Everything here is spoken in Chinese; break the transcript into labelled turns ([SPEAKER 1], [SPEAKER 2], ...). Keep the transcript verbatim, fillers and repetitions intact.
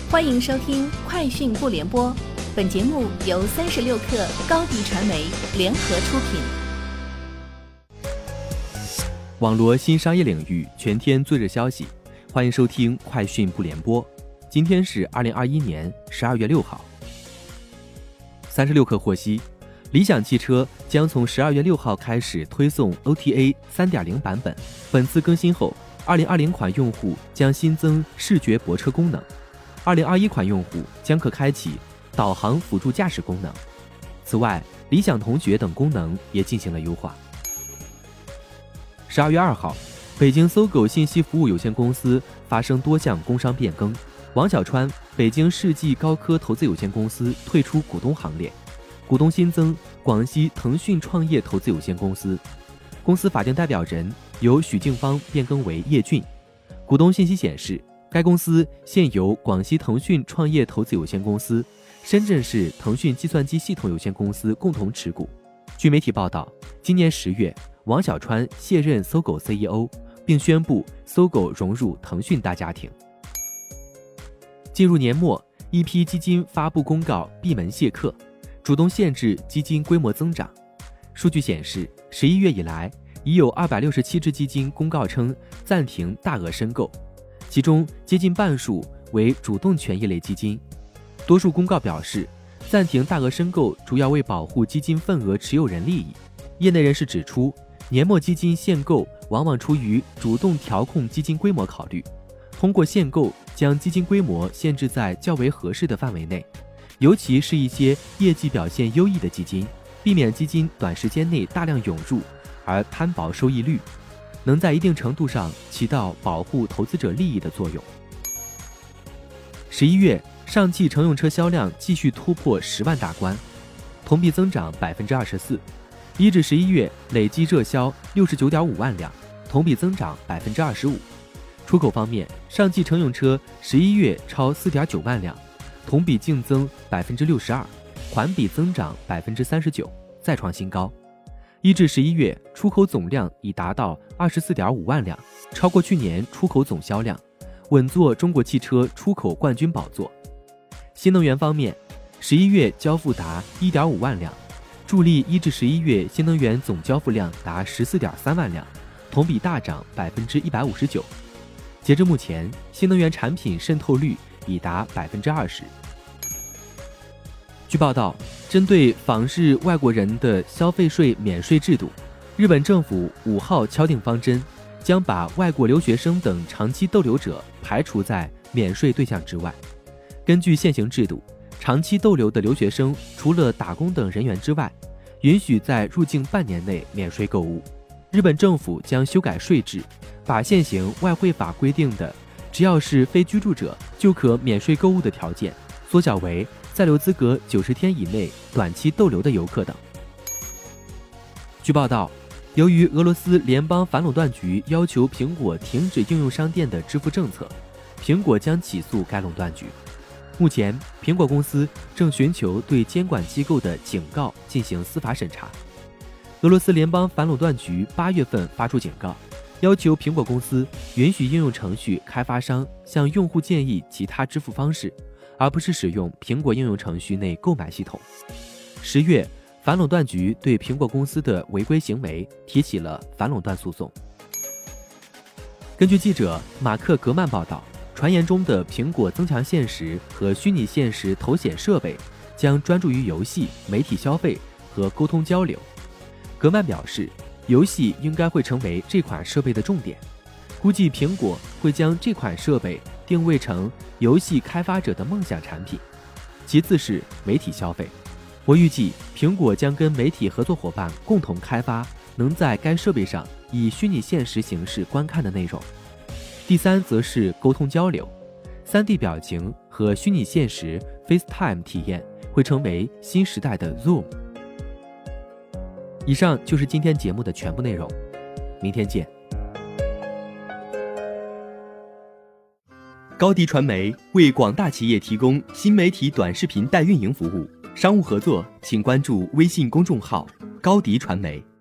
[SPEAKER 1] 欢迎收听快讯不联播，本节目由三十六克高低传媒联合出品。
[SPEAKER 2] 网罗新商业领域全天最热消息，欢迎收听快讯不联播。今天是二零二一年十二月六号。三十六克获悉，理想汽车将从十二月六号开始推送 O T A 三点零 版本。本次更新后，二零二零款用户将新增视觉泊车功能，二零二一款用户将可开启导航辅助驾驶功能。此外，理想同学等功能也进行了优化。十二月二号，北京搜狗信息服务有限公司发生多项工商变更，王小川、北京世纪高科投资有限公司退出股东行列，股东新增广西腾讯创业投资有限公司，公司法定代表人由许静芳变更为叶俊。股东信息显示，该公司现由广西腾讯创业投资有限公司、深圳市腾讯计算机系统有限公司共同持股。据媒体报道，今年十月，王小川卸任搜狗 C E O， 并宣布搜狗融入腾讯大家庭。进入年末，一批基金发布公告闭门谢客，主动限制基金规模增长。数据显示，十一月以来，已有二百六十七只基金公告称暂停大额申购，其中接近半数为主动权益类基金。多数公告表示，暂停大额申购主要为保护基金份额持有人利益。业内人士指出，年末基金限购往往出于主动调控基金规模考虑，通过限购将基金规模限制在较为合适的范围内，尤其是一些业绩表现优异的基金，避免基金短时间内大量涌入而摊薄收益率，能在一定程度上起到保护投资者利益的作用。十一月，上汽乘用车销量继续突破十万大关，同比增长 百分之二十四， 一至十一月累计热销 六十九点五万辆，同比增长 百分之二十五。 出口方面，上汽乘用车十一月超 四点九万辆，同比净增 百分之六十二， 环比增长 百分之三十九， 再创新高。一至十一月出口总量已达到 二十四点五万辆，超过去年出口总销量，稳坐中国汽车出口冠军宝座。新能源方面，十一月交付达 一点五万辆，助力一至十一月新能源总交付量达 十四点三万辆，同比大涨 百分之一百五十九。截至目前，新能源产品渗透率已达 百分之二十。据报道，针对访日外国人的消费税免税制度，日本政府五号敲定方针，将把外国留学生等长期逗留者排除在免税对象之外。根据现行制度，长期逗留的留学生除了打工等人员之外，允许在入境半年内免税购物。日本政府将修改税制，把现行外汇法规定的只要是非居住者就可免税购物的条件缩小为在留资格九十天以内短期逗留的游客等。据报道，由于俄罗斯联邦反垄断局要求苹果停止应用商店的支付政策，苹果将起诉该垄断局。目前，苹果公司正寻求对监管机构的警告进行司法审查。俄罗斯联邦反垄断局八月份发出警告，要求苹果公司允许应用程序开发商向用户建议其他支付方式，而不是使用苹果应用程序内购买系统。十月，反垄断局对苹果公司的违规行为提起了反垄断诉讼。根据记者马克·格曼报道，传言中的苹果增强现实和虚拟现实头显设备将专注于游戏、媒体消费和沟通交流。格曼表示，游戏应该会成为这款设备的重点，估计苹果会将这款设备定位成游戏开发者的梦想产品，其次是媒体消费。我预计苹果将跟媒体合作伙伴共同开发能在该设备上以虚拟现实形式观看的内容。第三则是沟通交流， 三 D 表情和虚拟现实 FaceTime 体验会成为新时代的 Zoom。 以上就是今天节目的全部内容，明天见。
[SPEAKER 3] 高迪传媒为广大企业提供新媒体短视频代运营服务，商务合作请关注微信公众号高迪传媒。